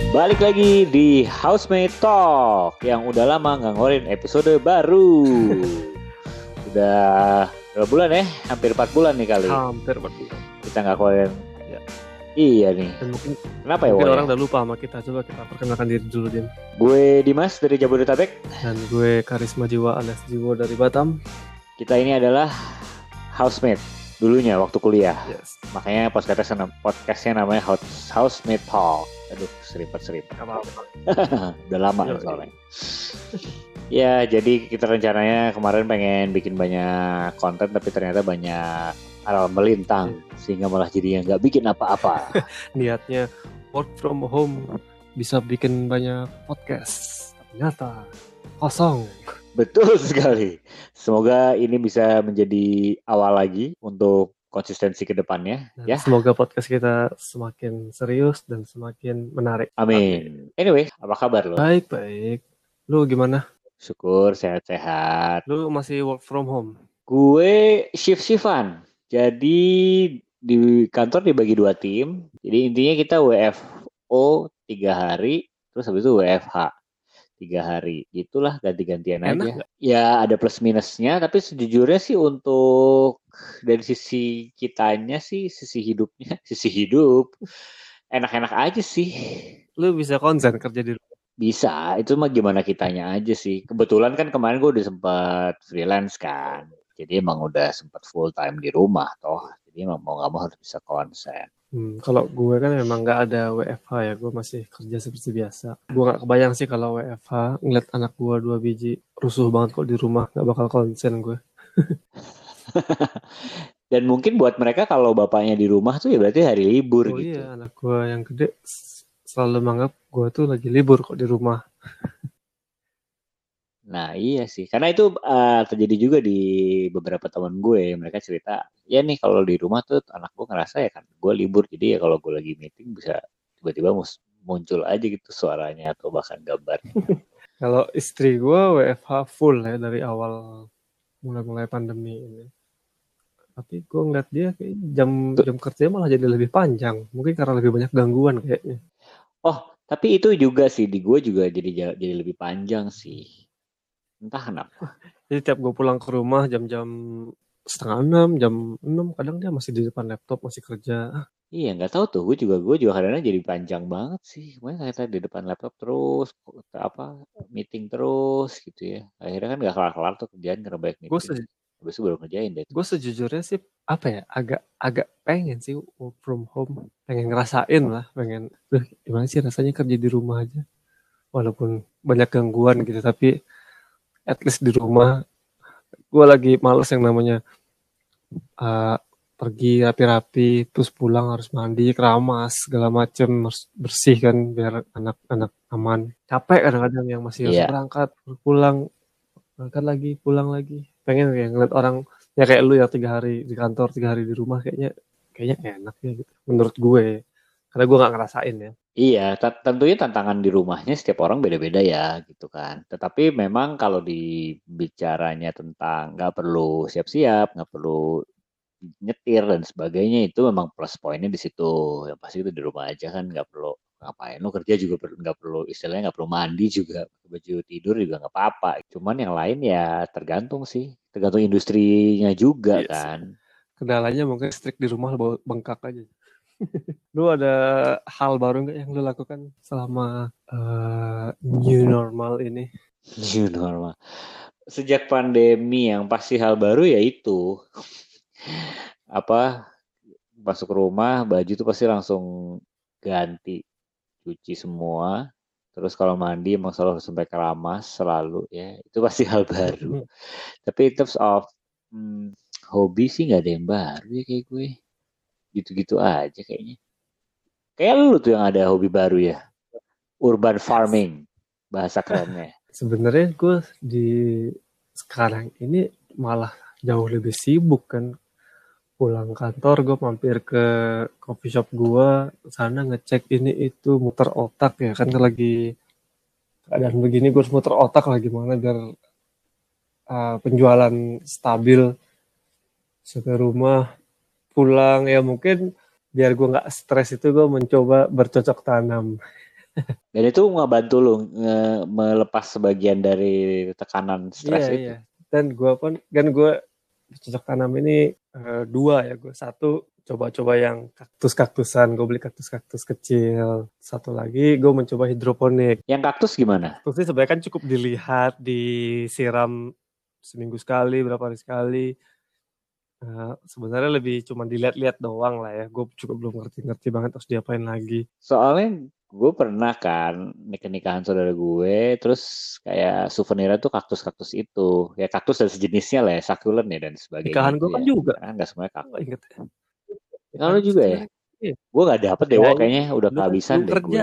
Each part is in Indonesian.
Balik lagi di Housemate Talk yang udah lama nggak ngeluarin episode baru. Udah berapa bulan ya? Hampir 4 bulan nih kali. Hampir 4 bulan. Kita nggak keluarin. Ya. Iya nih. Dan Kenapa ya? Mungkin orang udah lupa sama kita. Coba kita perkenalkan diri dulu, Din. Gue Dimas dari Jabodetabek. Dan gue Karisma Jiwa alias Jiwo dari Batam. Kita ini adalah housemate dulunya waktu kuliah. Yes. Makanya podcastnya namanya Housemate Talk. Aduh, seripet. Apa-apa. Udah lama Yo, soalnya. Ya, jadi kita rencananya kemarin pengen bikin banyak konten, tapi ternyata banyak hal melintang, sehingga malah jadinya nggak bikin apa-apa. Niatnya work from home bisa bikin banyak podcast. Ternyata kosong. Betul sekali. Semoga ini bisa menjadi awal lagi untuk konsistensi ke depannya. Dan Ya. semoga podcast kita semakin serius dan semakin menarik. Amin. Anyway, apa kabar lo? Baik. Lu gimana? Syukur, sehat-sehat. Lu masih work from home? Gue shift-shiftan. Jadi di kantor dibagi 2 tim. Jadi intinya kita WFO 3 hari, terus habis itu WFH 3 hari. Itulah ganti-gantian Enak aja. gak? Ya ada plus minusnya, tapi sejujurnya sih untuk dari sisi kitanya sih, sisi hidup enak-enak aja sih. Lu bisa konsen kerja di rumah? Bisa, itu mah gimana kitanya aja sih. Kebetulan kan kemarin gue udah sempat freelance kan. Jadi emang udah sempat full time di rumah toh. Jadi emang mau nggak mau harus bisa konsen. Kalau gue kan memang nggak ada WFH ya, gue masih kerja seperti biasa. Gue nggak kebayang sih kalau WFH ngeliat anak gue 2 biji rusuh banget kok di rumah, nggak bakal konsen gue. Dan mungkin buat mereka kalau bapaknya di rumah tuh ya berarti hari libur Oh gitu. iya, anak gue yang gede selalu menganggap gue tuh lagi libur kok di rumah. Nah iya sih, karena itu terjadi juga di beberapa teman gue. Mereka cerita, ya nih kalau di rumah tuh anak gue ngerasa ya kan gue libur. Jadi ya kalau gue lagi meeting bisa tiba-tiba muncul aja gitu suaranya atau bahkan gambarnya. Kalau istri gue WFH full ya dari awal mulai pandemi ini. Tapi gue ngeliat dia kayak jam kerja malah jadi lebih panjang. Mungkin karena lebih banyak gangguan kayaknya. Oh, tapi itu juga sih di gue juga jadi lebih panjang sih. Entah kenapa. Jadi tiap gue pulang ke rumah jam-jam 5:30, jam 6, kadang dia masih di depan laptop, masih kerja. Iya nggak tahu tuh. Gue juga kadang-kadang jadi panjang banget sih. Kemarin ternyata di depan laptop terus meeting terus gitu ya. Akhirnya kan nggak kelar-kelar tuh kerjaan karena banyak Gue meeting. Habis itu baru ngerjain deh. gue sejujurnya sih apa ya, agak pengen sih work from home, pengen ngerasain lah, gimana sih rasanya kerja di rumah aja, walaupun banyak gangguan gitu, tapi at least di rumah gue lagi males yang namanya pergi rapi-rapi terus pulang harus mandi keramas segala macem, harus bersih kan biar anak-anak aman. Capek kadang-kadang yang masih harus berangkat pulang lagi pulang lagi. Pengen kayak ngeliat orang ya kayak lu yang 3 hari di kantor 3 hari di rumah, kayaknya enak ya gitu menurut gue, karena gue nggak ngerasain ya. Iya, tentunya tantangan di rumahnya setiap orang beda-beda ya gitu kan. Tetapi memang kalau dibicaranya tentang nggak perlu siap-siap, nggak perlu nyetir dan sebagainya, itu memang plus poinnya di situ. Yang pasti itu di rumah aja kan nggak perlu ngapain. Lo kerja juga nggak perlu, istilahnya nggak perlu mandi juga, baju tidur juga nggak apa-apa. Cuman yang lain ya tergantung sih, tergantung industrinya juga kan. Kendalanya mungkin listrik di rumah bengkak aja. Lu ada hal baru nggak yang lu lakukan selama new normal ini? New normal. Sejak pandemi yang pasti hal baru ya itu. Masuk rumah, baju tuh pasti langsung ganti, cuci semua. Terus kalau mandi emang selalu sampai keramas selalu ya. Itu pasti hal baru. Tapi in terms of hobi sih nggak ada yang baru ya kayak gue. Gitu-gitu aja kayaknya. Kayak lu tuh yang ada hobi baru ya. Urban farming, bahasa kerennya. Sebenarnya gue di sekarang ini malah jauh lebih sibuk kan. Pulang kantor gue mampir ke coffee shop gue, sana ngecek ini itu, muter otak ya kan, lagi keadaan begini gue harus muter otak lah gimana biar penjualan stabil. Sampai rumah pulang ya mungkin biar gue nggak stres itu gue mencoba bercocok tanam. Dan itu ngebantu lu melepas sebagian dari tekanan stres Iya, itu. iya. Dan gue pun kan gue cocok tanam ini 2 ya. Gue satu coba-coba yang kaktus-kaktusan. Gue beli kaktus-kaktus kecil. Satu lagi gue mencoba hidroponik. Yang kaktus gimana? Kaktus ini sebenarnya kan cukup dilihat, disiram seminggu sekali, berapa hari sekali. Sebenarnya lebih cuma dilihat-lihat doang lah ya. Gue juga belum ngerti-ngerti banget harus diapain lagi. Soalnya gue pernah kan nikahan saudara gue, terus kayak souvenirnya tuh kaktus-kaktus itu. Ya kaktus dan sejenisnya lah ya, succulent ya dan sebagainya Nikahan itu gue kan ya. juga. Karena nggak semuanya Gue kaktus. nggak inget ya. Kalau Nikahan juga ya, sebenarnya. Iya. gue nggak dapet deh, Ya, Wo. Kayaknya udah lu kan lu kehabisan deh kerja. gue.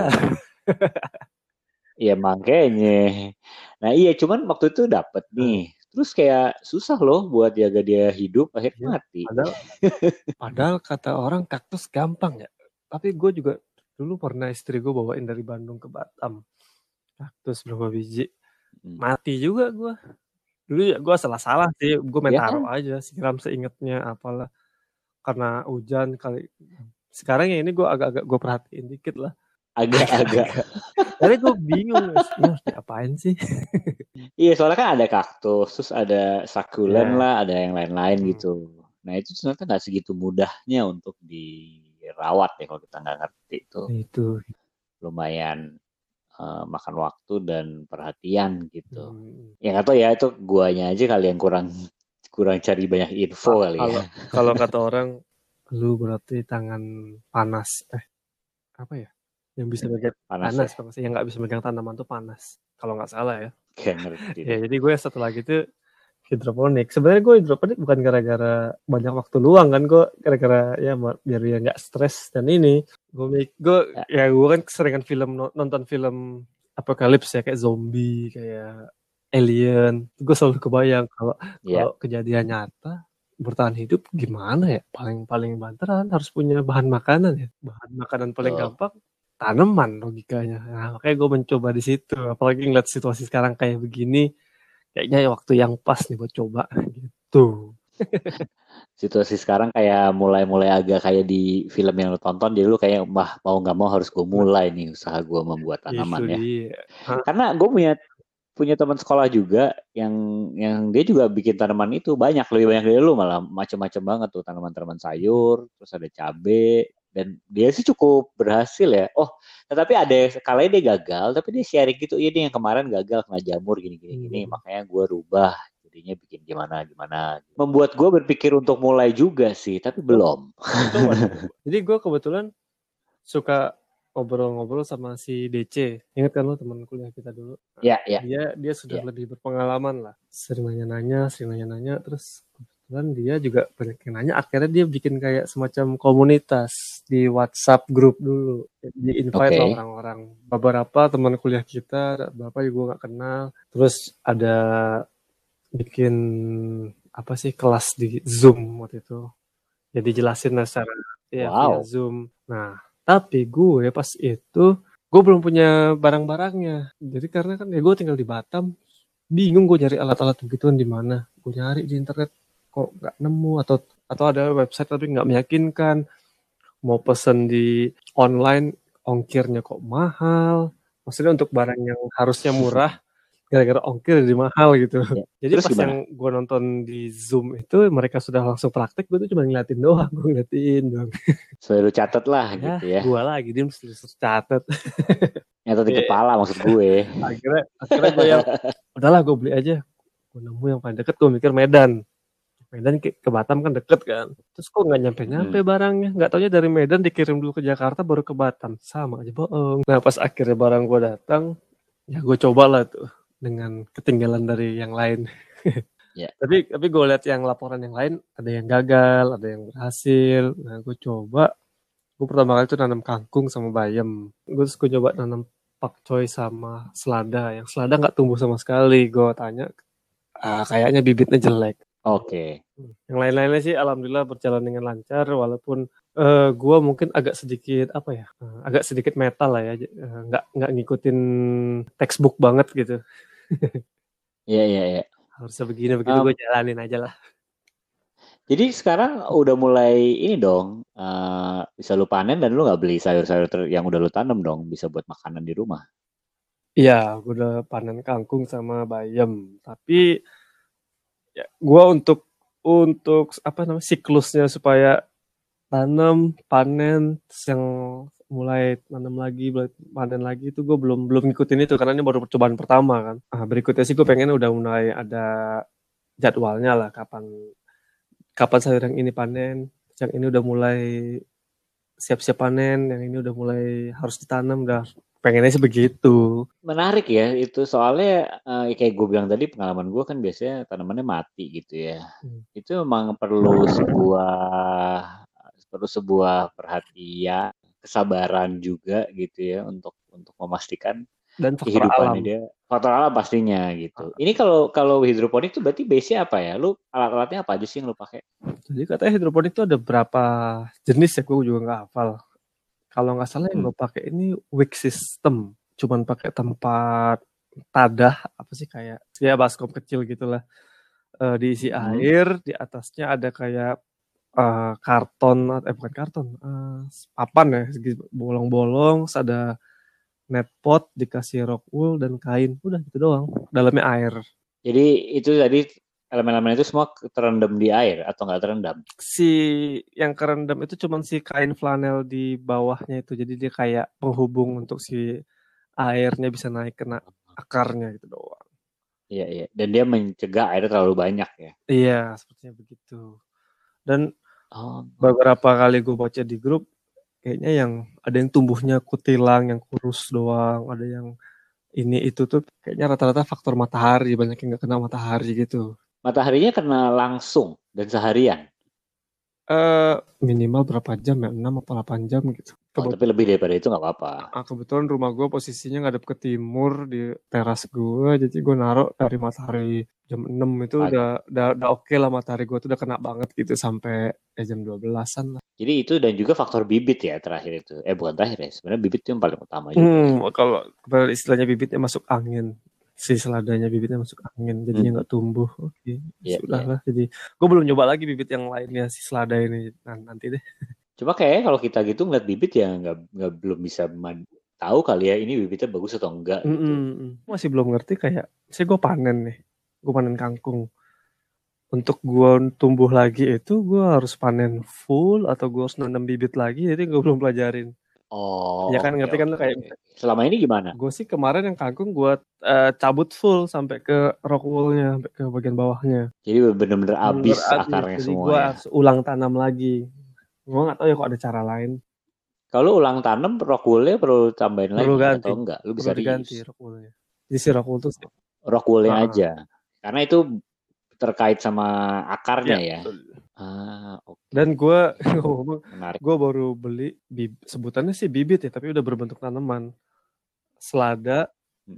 Iya makanya. Nah iya cuman waktu itu dapet nih. Nah, Terus kayak susah loh buat jaga dia hidup, akhirnya iya. mati. Padahal kata orang kaktus gampang ya. Tapi gue juga dulu pernah istri gue bawain dari Bandung ke Batam. Kaktus berapa biji. Mati juga gue. Dulu ya gue salah-salah sih. Gue main Iya taruh kan? aja. Siram seingetnya apalah. Karena hujan kali. Sekarang ya ini gue agak-agak gue perhatiin dikit lah. Agak-agak. Tapi gue bingung. Ini harus diapain sih? Iya soalnya kan ada kaktus, terus ada succulent Ya. lah, ada yang lain-lain gitu. Nah itu ternyata nggak segitu mudahnya untuk dirawat ya kalau kita nggak ngerti itu. Itu. Lumayan makan waktu dan perhatian gitu. Hmm. Ya nggak tahu ya itu guanya aja kali yang kurang kurang cari banyak info kali ya. Kalau kata orang, lu berarti tangan panas. Apa ya? Yang bisa megang Panas panas, ya, yang nggak bisa megang tanaman tuh panas. Kalau nggak salah ya. kayak ngerti Ya deh. jadi gue satu lagi tuh hidroponik. Sebenarnya gue hidroponik bukan gara-gara banyak waktu luang kan, gue gara-gara ya biar dia nggak stres dan ini. Gue kan keseringan nonton film apokalips ya kayak zombie, kayak alien. Gue selalu kebayang kalau Ya. kejadian nyata bertahan hidup gimana ya? Paling banteran harus punya bahan makanan ya. Bahan makanan paling Tuh. gampang tanaman logikanya. Nah, makanya gue mencoba di situ. Apalagi ngeliat situasi sekarang kayak begini, kayaknya waktu yang pas nih buat coba gitu. Situasi sekarang kayak mulai agak kayak di film yang lo tonton, jadi lu kayak mau nggak mau harus gue Nah, mulai nih usaha gue membuat itu tanaman ya. dia. Hah? Karena gue punya teman sekolah juga yang dia juga bikin tanaman itu lebih banyak dari lu, malah macam-macam banget tuh tanaman-tanaman sayur, terus ada cabe, dan dia sih cukup berhasil ya. Oh, tetapi ada kalanya dia gagal, tapi dia sharing gitu, ini yang kemarin gagal kena jamur gini, makanya gue rubah jadinya bikin gimana. Membuat gue berpikir untuk mulai juga sih, tapi belum. Coba. Jadi gue kebetulan suka ngobrol-ngobrol sama si DC. Ingat kan lo teman kuliah kita dulu? Ya. Dia sudah lebih berpengalaman lah. Sering nanya-nanya. Terus kebetulan dia juga banyak yang nanya. Akhirnya dia bikin kayak semacam komunitas di WhatsApp grup dulu. Di invite lah orang-orang. Beberapa teman kuliah kita, beberapa juga gue gak kenal. Terus ada bikin apa sih kelas di Zoom waktu itu. Jadi jelasin secara via Zoom. Nah, tapi gue pas itu gue belum punya barang-barangnya. Jadi karena kan ya gue tinggal di Batam, bingung gue nyari alat-alat begituan di mana. Gue nyari di internet kok nggak nemu atau ada website tapi nggak meyakinkan. Mau pesen di online ongkirnya kok mahal. Maksudnya untuk barang yang harusnya murah gara-gara ongkir jadi mahal gitu. Ya. Jadi Terus pas gimana? yang gue nonton di Zoom itu mereka sudah langsung praktek, gue tuh cuma ngeliatin doang, gue ngeliatin doang. Selalu catat lah Ya, gitu ya. gue lagi dia mesti catat. Nyatat di kepala maksud gue. akhirnya gue yang udahlah gue beli aja. Gue nemu yang paling deket, gue mikir Medan ke Batam kan deket kan. Terus kok nggak nyampe barangnya, nggak taunya dari Medan dikirim dulu ke Jakarta baru ke Batam, sama aja bohong. Nah pas akhirnya barang gue datang, ya gue cobalah tuh dengan ketinggalan dari yang lain. Yeah. Tapi gue lihat yang laporan yang lain ada yang gagal, ada yang berhasil. Nah gue coba, gue pertama kali tuh nanam kangkung sama bayam. Gue coba nanam pakcoy sama selada. Yang selada nggak tumbuh sama sekali. Gue tanya, kayaknya bibitnya jelek. Oke. Yang lain-lainnya sih alhamdulillah berjalan dengan lancar, walaupun gue mungkin agak sedikit metal lah ya, nggak ngikutin textbook banget gitu. Iya. Harusnya begini gue jalanin aja lah. Jadi sekarang udah mulai ini dong, bisa lu panen dan lu nggak beli sayur-sayur yang udah lu tanam dong, bisa buat makanan di rumah. Iya, gue udah panen kangkung sama bayam. Tapi ya, gue untuk apa namanya siklusnya supaya tanam, panen, yang mulai tanam lagi, mulai panen lagi itu gue belum belum ngikutin itu karena ini baru percobaan pertama kan. Berikutnya sih gue pengen udah mulai ada jadwalnya lah kapan kapan sayur yang ini panen, yang ini udah mulai siap-siap panen, yang ini udah mulai harus ditanam, udah pengennya sih begitu. Menarik ya itu soalnya kayak gue bilang tadi pengalaman gue kan biasanya tanamannya mati gitu ya. Itu memang perlu sebuah perhatian, kesabaran juga gitu ya untuk memastikan Dan faktor kehidupannya alam. dia faktor alam pastinya gitu. Ini kalau hidroponik tuh berarti base-nya apa ya? Lu alat-alatnya apa aja sih yang lu pakai? Jadi katanya hidroponik itu ada berapa jenis ya, gue juga nggak hafal. Kalau nggak salah yang gue pakai ini wick system, cuman pakai tempat tadah apa sih kayak ya baskom kecil gitulah, diisi air, di atasnya ada kayak karton, bukan karton, papan ya, segi bolong-bolong, terus ada net pot, dikasih rock wool dan kain, udah gitu doang. Dalamnya air. Jadi itu tadi elemen-elemen itu semua terendam di air atau nggak terendam? Si yang kerendam itu cuman si kain flanel di bawahnya itu, jadi dia kayak penghubung untuk si airnya bisa naik kena akarnya gitu doang. Iya, iya. Dan dia mencegah air terlalu banyak ya. Iya, sepertinya begitu. Dan Oh. beberapa kali gue baca di grup, kayaknya yang ada yang tumbuhnya kutilang, yang kurus doang, ada yang ini itu tuh kayaknya rata-rata faktor matahari, banyak yang nggak kena matahari gitu. Mataharinya kena langsung dan seharian. Minimal berapa jam ya? 6 atau 8 jam gitu. Oh, tapi lebih daripada itu nggak apa-apa. Kebetulan rumah gue posisinya ngadep ke timur di teras gue, jadi gue naruh dari matahari jam 6 itu udah oke lah, matahari gue tuh udah kena banget gitu sampai jam 12-an lah. Jadi itu dan juga faktor bibit ya terakhir itu. Bukan terakhir ya, sebenarnya bibit itu yang paling utama juga. Kalau istilahnya bibitnya masuk angin, si seladanya bibitnya masuk angin, jadinya nggak tumbuh. Oke, sudahlah. Jadi gue belum nyoba lagi bibit yang lainnya si selada ini, nanti deh. Cuma kayaknya kalau kita gitu ngeliat bibit ya nggak belum bisa tahu kali ya ini bibitnya bagus atau enggak gitu. Masih belum ngerti kayak, gue panen kangkung. Untuk gue tumbuh lagi itu gue harus panen full atau gue harus nanam bibit lagi, jadi gue belum pelajarin. Oh, Ya kan, ngerti kan lu kayak. Selama ini gimana? Gue sih kemarin yang kangkung gue cabut full sampai ke rock wool-nya, sampai ke bagian bawahnya. Jadi bener-bener habis akarnya jadi semua gue ya? harus ulang tanam lagi. Gue nggak tahu ya kok ada cara lain. Kalau ulang tanam rock wool-nya perlu tambahin lagi ganti. atau enggak? Lu bisa diganti rock wool-nya. Jadi si rock wool tuh rock wool-nya aja. Karena itu terkait sama akarnya ya. Okay. Dan gue baru beli sebutannya sih bibit ya, tapi udah berbentuk tanaman. Selada,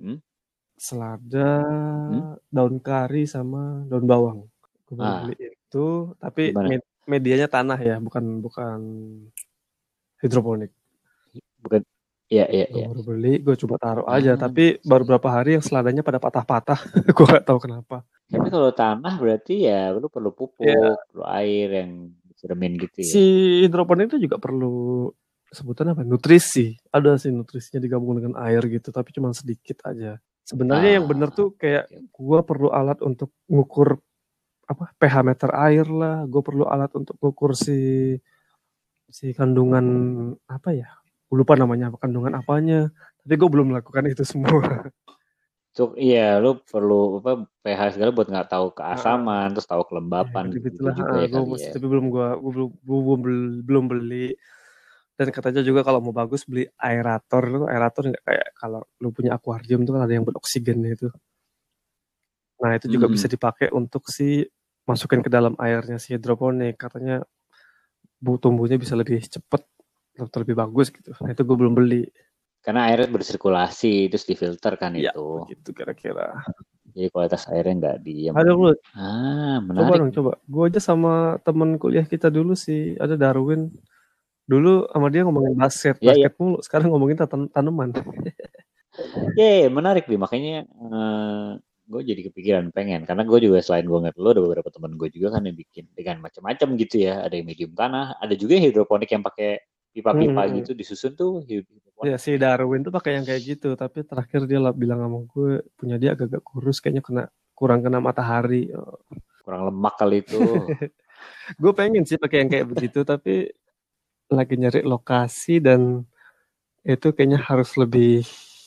daun kari sama daun bawang. Gue baru beli itu, tapi medianya tanah ya, bukan hidroponik. Bukan. Iya. Gue baru beli, gue coba taruh aja, tapi baru berapa hari yang seladanya pada patah-patah. Gue gak tahu kenapa. Tapi kalau tanah berarti ya lu perlu pupuk, perlu air yang disiramin gitu ya. Si hidroponik itu juga perlu sebutan apa? Nutrisi. Ada sih nutrisinya digabung dengan air gitu, tapi cuma sedikit aja. Sebenarnya yang benar tuh kayak gue perlu alat untuk ngukur pH meter air lah. Gue perlu alat untuk ngukur si kandungan apa ya? Gue lupa namanya, kandungan apanya. Tapi gue belum melakukan itu semua. Iya, lu perlu pH segala buat nggak tahu keasaman, terus tahu kelembapan gitu juga ya kali ya. Tapi belum beli. Dan katanya juga kalau mau bagus beli aerator. Aerator nggak kayak kalau lu punya akuarium tuh kan ada yang beroksigen itu. Nah itu juga bisa dipakai untuk masukin ke dalam airnya si hidroponik. Katanya tumbuhnya bisa lebih cepet, lebih bagus gitu. Nah itu gue belum beli. Karena airnya bersirkulasi, terus difilter kan ya, itu. Gitu kira-kira. Jadi kualitas airnya nggak diam. Ada lu. Menarik. Coba. Gue aja sama teman kuliah kita dulu sih, ada Darwin. Dulu sama dia ngomongin basket mulu. Sekarang ngomongin tanaman. Menarik nih. Makanya gue jadi kepikiran pengen, karena gue juga selain gue ngeliat lo, ada beberapa teman gue juga kan yang bikin dengan macam-macam gitu ya. Ada yang medium tanah, ada juga yang hidroponik yang pakai pipa-pipa gitu disusun tuh Ya hidroponik. si Darwin tuh pakai yang kayak gitu, tapi terakhir dia bilang sama gue punya dia agak kurus, kayaknya kurang kena matahari. Kurang lemak kali itu. Gue pengen sih pakai yang kayak begitu, tapi lagi nyari lokasi dan itu kayaknya harus lebih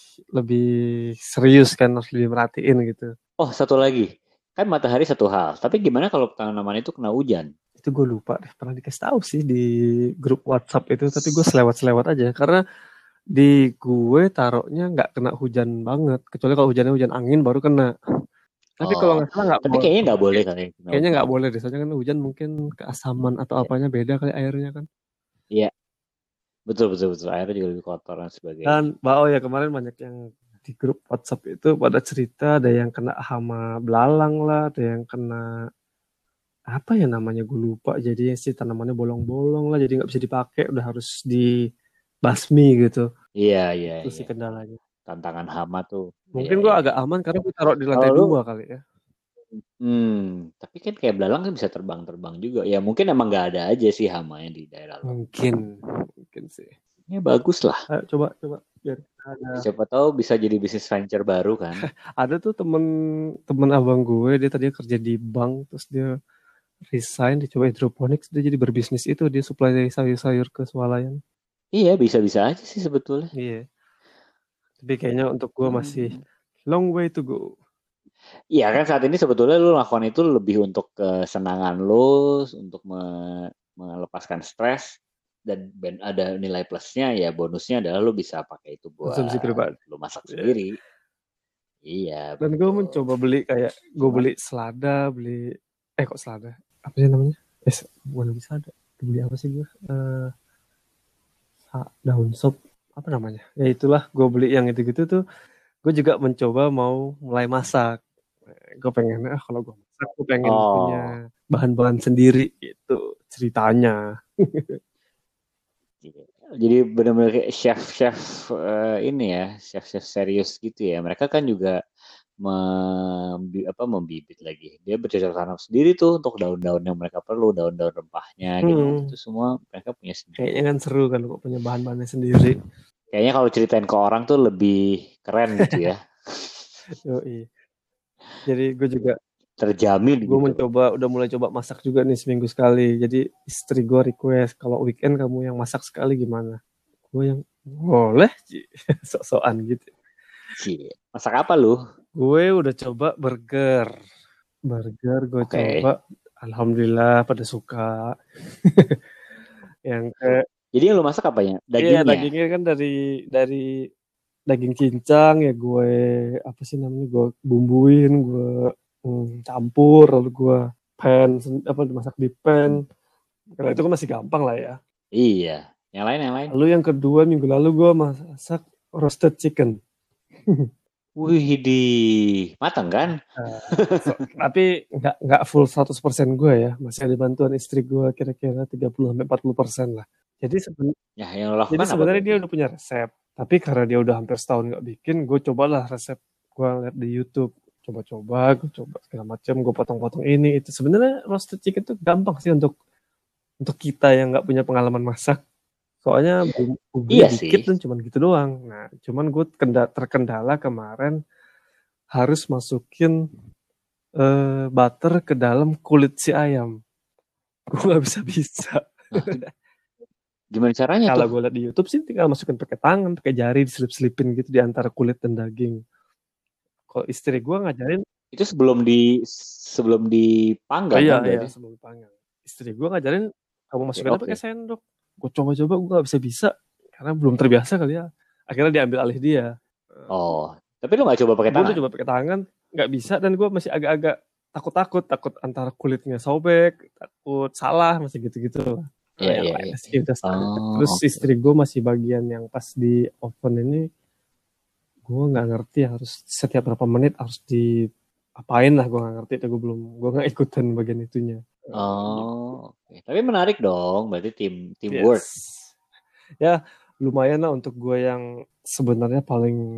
serius kan, harus lebih merhatiin gitu. Oh, satu lagi. Kan matahari satu hal, tapi gimana kalau tanaman itu kena hujan? Itu gue lupa deh, pernah dikasih tahu sih di grup WhatsApp itu, tapi gue selewat aja karena di gue taruhnya nggak kena hujan banget, kecuali kalau hujannya hujan angin baru kena. Tapi kalau nggak salah nggak tapi boleh. kayaknya nggak boleh kan ya? Kayaknya nggak boleh deh, soalnya kan hujan mungkin keasaman atau apanya beda kali airnya kan. Iya, betul. Airnya juga lebih kotor dan Dan sebagainya. oh ya kemarin banyak yang di grup WhatsApp itu pada cerita ada yang kena hama belalang lah, ada yang kena apa ya namanya gue lupa. Jadi si tanamannya bolong-bolong lah, jadi nggak bisa dipakai, udah harus dibasmi gitu. Iya. Itu sih kendalanya. Tantangan hama tuh. Mungkin gue Iya. agak aman karena gue taruh di lantai Kalau lu, 2 kali ya. tapi kan kayak belalang kan bisa terbang juga. Ya mungkin emang nggak ada aja sih hamanya di daerah lo. Mungkin sih. Ya bagus lah. Ayo coba biar ada. Siapa tahu bisa jadi bisnis venture baru kan. Ada tuh temen abang gue, dia tadinya kerja di bank, terus dia resign, dia coba hidroponik, dia jadi berbisnis itu, dia supply sayur-sayur ke swalayan. Iya, bisa aja sih sebetulnya. Iya. Tapi kayaknya untuk gue masih long way to go. Iya kan saat ini sebetulnya lu lakukan itu lebih untuk kesenangan lu, untuk melepaskan stres, dan ada nilai plusnya ya, bonusnya adalah lu bisa pakai itu buat Konsumsi pribadi. lu masak Yeah. sendiri. Iya, Dan gue mencoba beli kayak, gue beli selada, kok selada? Apa sih namanya? Bukan beli selada. Beli apa sih gue? Daun sop. Apa namanya? Ya itulah, gue beli yang itu-gitu tuh. Gue juga mencoba mau mulai masak. Gue pengen, kalau gue masak, gue pengen punya bahan-bahan sendiri gitu ceritanya. Jadi benar-benar kayak chef ini ya, chef serius gitu ya. Mereka kan juga membibit lagi. Dia bercocok tanam sendiri tuh untuk daun-daun yang mereka perlu, daun-daun rempahnya gitu semua mereka punya sendiri. Kayaknya kan seru kan kok punya bahan-bahannya sendiri. Kayaknya kalau ceritain ke orang tuh lebih keren gitu ya. Yoi. Jadi gue juga terjamin gue gitu. udah mulai coba masak juga nih seminggu sekali. Jadi istri gue request kalau weekend kamu yang masak sekali gimana? Gue yang boleh sok-sokan gitu. Masak apa lu? Gue udah coba burger gue coba, alhamdulillah pada suka. Jadi yang lu masak apanya? Dagingnya? Iya, dagingnya kan dari daging cincang ya, gue apa sih namanya, gue bumbuin, gue campur, lalu gue dimasak di pan. Karena itu kan masih gampang lah ya. Iya. Yang lain. Lalu yang kedua, minggu lalu gue masak roasted chicken. Wih, matang kan? Tapi nggak full 100% gue ya, masih ada bantuan istri gue kira-kira 30-40% lah. Jadi sebenarnya dia udah punya resep, tapi karena dia udah hampir setahun nggak bikin, gue cobalah resep gue lihat di YouTube, gue coba segala macam, gue potong-potong ini itu. Sebenarnya roasted chicken itu gampang sih untuk kita yang nggak punya pengalaman masak. Soalnya bumbunya dikit dan cuman gitu doang. Nah, cuman gue terkendala kemarin harus masukin butter ke dalam kulit si ayam. Gue nggak bisa. Gimana caranya tuh? Kalau gue liat di YouTube sih tinggal masukin pakai tangan, pakai jari, diselip-selipin gitu di antara kulit dan daging. Kalau istri gue ngajarin itu sebelum dipanggang kan berarti? Iya, sebelum dipanggang. Istri gue ngajarin kamu masukin pakai sendok. Gue coba-coba gue nggak bisa karena belum terbiasa kali ya. Akhirnya diambil alih dia. Oh, tapi lu nggak coba pakai tangan? Gue udah coba pakai tangan, nggak bisa, dan gue masih agak-agak takut antara kulitnya sobek, takut salah, masih gitu-gitu. Iya. Terus istri gue masih bagian yang pas di oven ini, gue nggak ngerti harus setiap berapa menit harus diapain lah, gue nggak ngerti itu, gue nggak ikutan bagian itunya. Okay. Tapi menarik dong, berarti teamwork. Ya lumayan lah untuk gue yang sebenarnya paling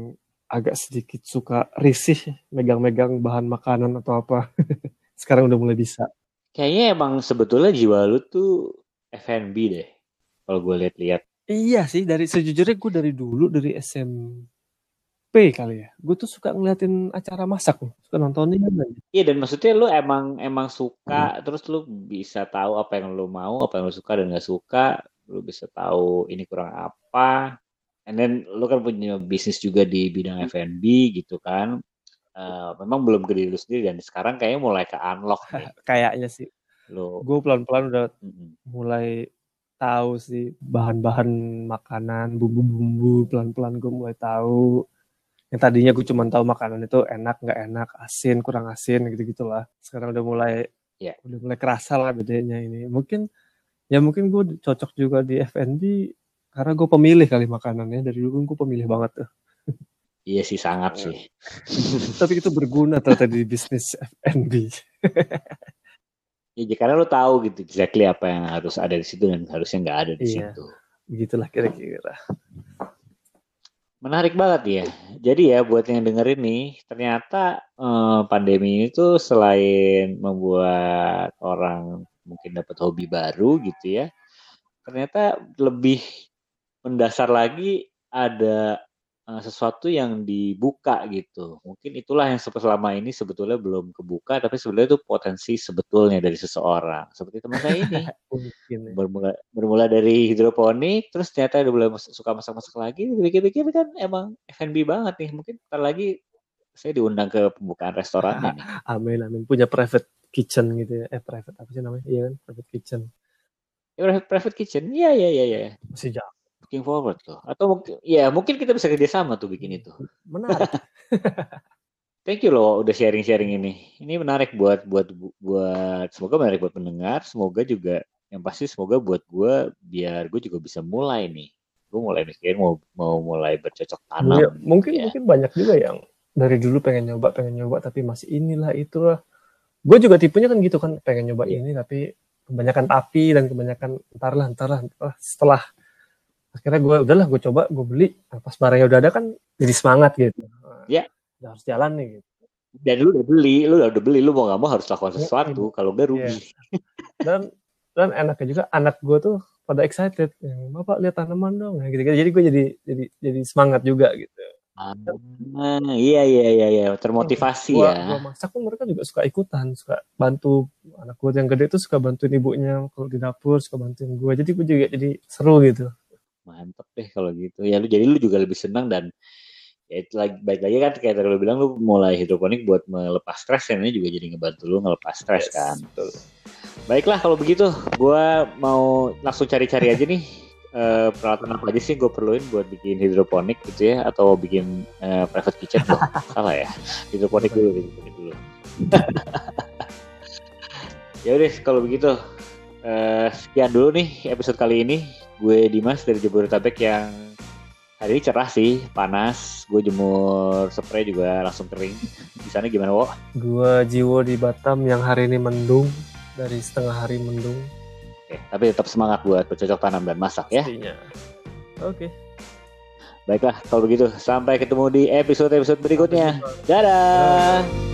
agak sedikit suka risih megang-megang bahan makanan atau apa. Sekarang udah mulai bisa. Kayaknya emang sebetulnya jiwa lu tuh F&B deh. Kalau gue lihat-lihat. Iya sih, sejujurnya gue dari dulu, dari SMP kali ya. Gue tuh suka ngeliatin acara masak, suka nontonin aja. Iya, dan maksudnya lu emang suka, terus lu bisa tahu apa yang lu mau, apa yang lu suka dan gak suka. Lu bisa tahu ini kurang apa. And then lu kan punya bisnis juga di bidang F&B gitu kan. Memang belum ke diri lu sendiri, dan sekarang kayaknya mulai ke unlock nih. Kayaknya sih. Gue pelan-pelan udah mulai tahu sih bahan-bahan makanan, bumbu-bumbu, pelan-pelan gue mulai tahu. Yang tadinya gue cuma tahu makanan itu enak nggak enak, asin kurang asin gitu-gitulah. Sekarang udah mulai kerasa lah bedanya ini. Mungkin gue cocok juga di F&B karena gue pemilih kali makanannya. Dari dulu gue pemilih banget tuh. Iya sih, sangat sih. Tapi itu berguna ternyata di bisnis F&B. Ya, karena lo tahu gitu exactly apa yang harus ada di situ dan harusnya nggak ada di situ. Begitulah kira-kira. Menarik banget ya. Jadi ya buat yang dengerin nih, ternyata pandemi ini tuh selain membuat orang mungkin dapat hobi baru gitu ya, ternyata lebih mendasar lagi ada sesuatu yang dibuka gitu. Mungkin itulah yang selama ini sebetulnya belum kebuka, tapi sebenarnya itu potensi sebetulnya dari seseorang. Seperti teman saya ini. Bermula dari hidroponik, terus ternyata udah mulai suka masak-masak lagi, pikir-pikir kan emang F&B banget nih. Mungkin ntar lagi saya diundang ke pembukaan restoran nih. Amin. Punya private kitchen gitu ya. Private apa sih namanya? Iya kan, private kitchen. Ya, private kitchen. Iya. Masih jauh. Looking forward tuh. Atau mungkin kita bisa kerjasama tuh bikin itu. Menarik. Thank you loh udah sharing ini. Ini menarik buat semoga menarik buat pendengar. Semoga juga yang pasti semoga buat gue biar gue juga bisa mulai nih. Gue mulai mikir mau mulai bercocok tanam. Ya, mungkin banyak juga yang dari dulu pengen nyoba tapi masih inilah itulah. Gue juga tipenya kan gitu kan, pengen nyoba ini tapi kebanyakan dan kebanyakan entar lah setelah akhirnya gue coba, gue beli, pas barangnya udah ada kan jadi semangat gitu. Ya. Udah harus jalan nih gitu. Dan lu udah beli, lu mau gak mau harus lakukan sesuatu, kalau gak rugi. Dan enaknya juga anak gue tuh pada excited, bapak lihat tanaman dong, gitu. Jadi gue jadi semangat juga gitu. Iya, termotivasi ya. Gua masak pun mereka juga suka ikutan, suka bantu. Anak gue yang gede tuh suka bantuin ibunya kalau di dapur, suka bantuin gue. Jadi gue juga jadi seru gitu. Mantep deh kalau gitu. Ya lu juga lebih senang, dan ya itu baik lagi kan kayak tadi lu bilang lu mulai hidroponik buat melepas stres, dan ini juga jadi ngebantu lu ngelepas stres kan. Betul. Baiklah kalau begitu, gue mau langsung cari-cari aja nih peralatan apa aja sih gue perluin buat bikin hidroponik gitu ya, atau bikin private kitchen. Salah ya, hidroponik dulu. Ya udah kalau begitu sekian dulu nih episode kali ini. Gue Dimas dari Jabodetabek yang hari ini cerah sih, panas. Gue jemur spray juga langsung kering. Di sana gimana, Wo? Gue Jiwo di Batam yang hari ini mendung, dari setengah hari mendung. Oke, tapi tetap semangat buat bercocok tanam dan masak ya. Pastinya. Oke. Baiklah, kalau begitu sampai ketemu di episode berikutnya. Dadah.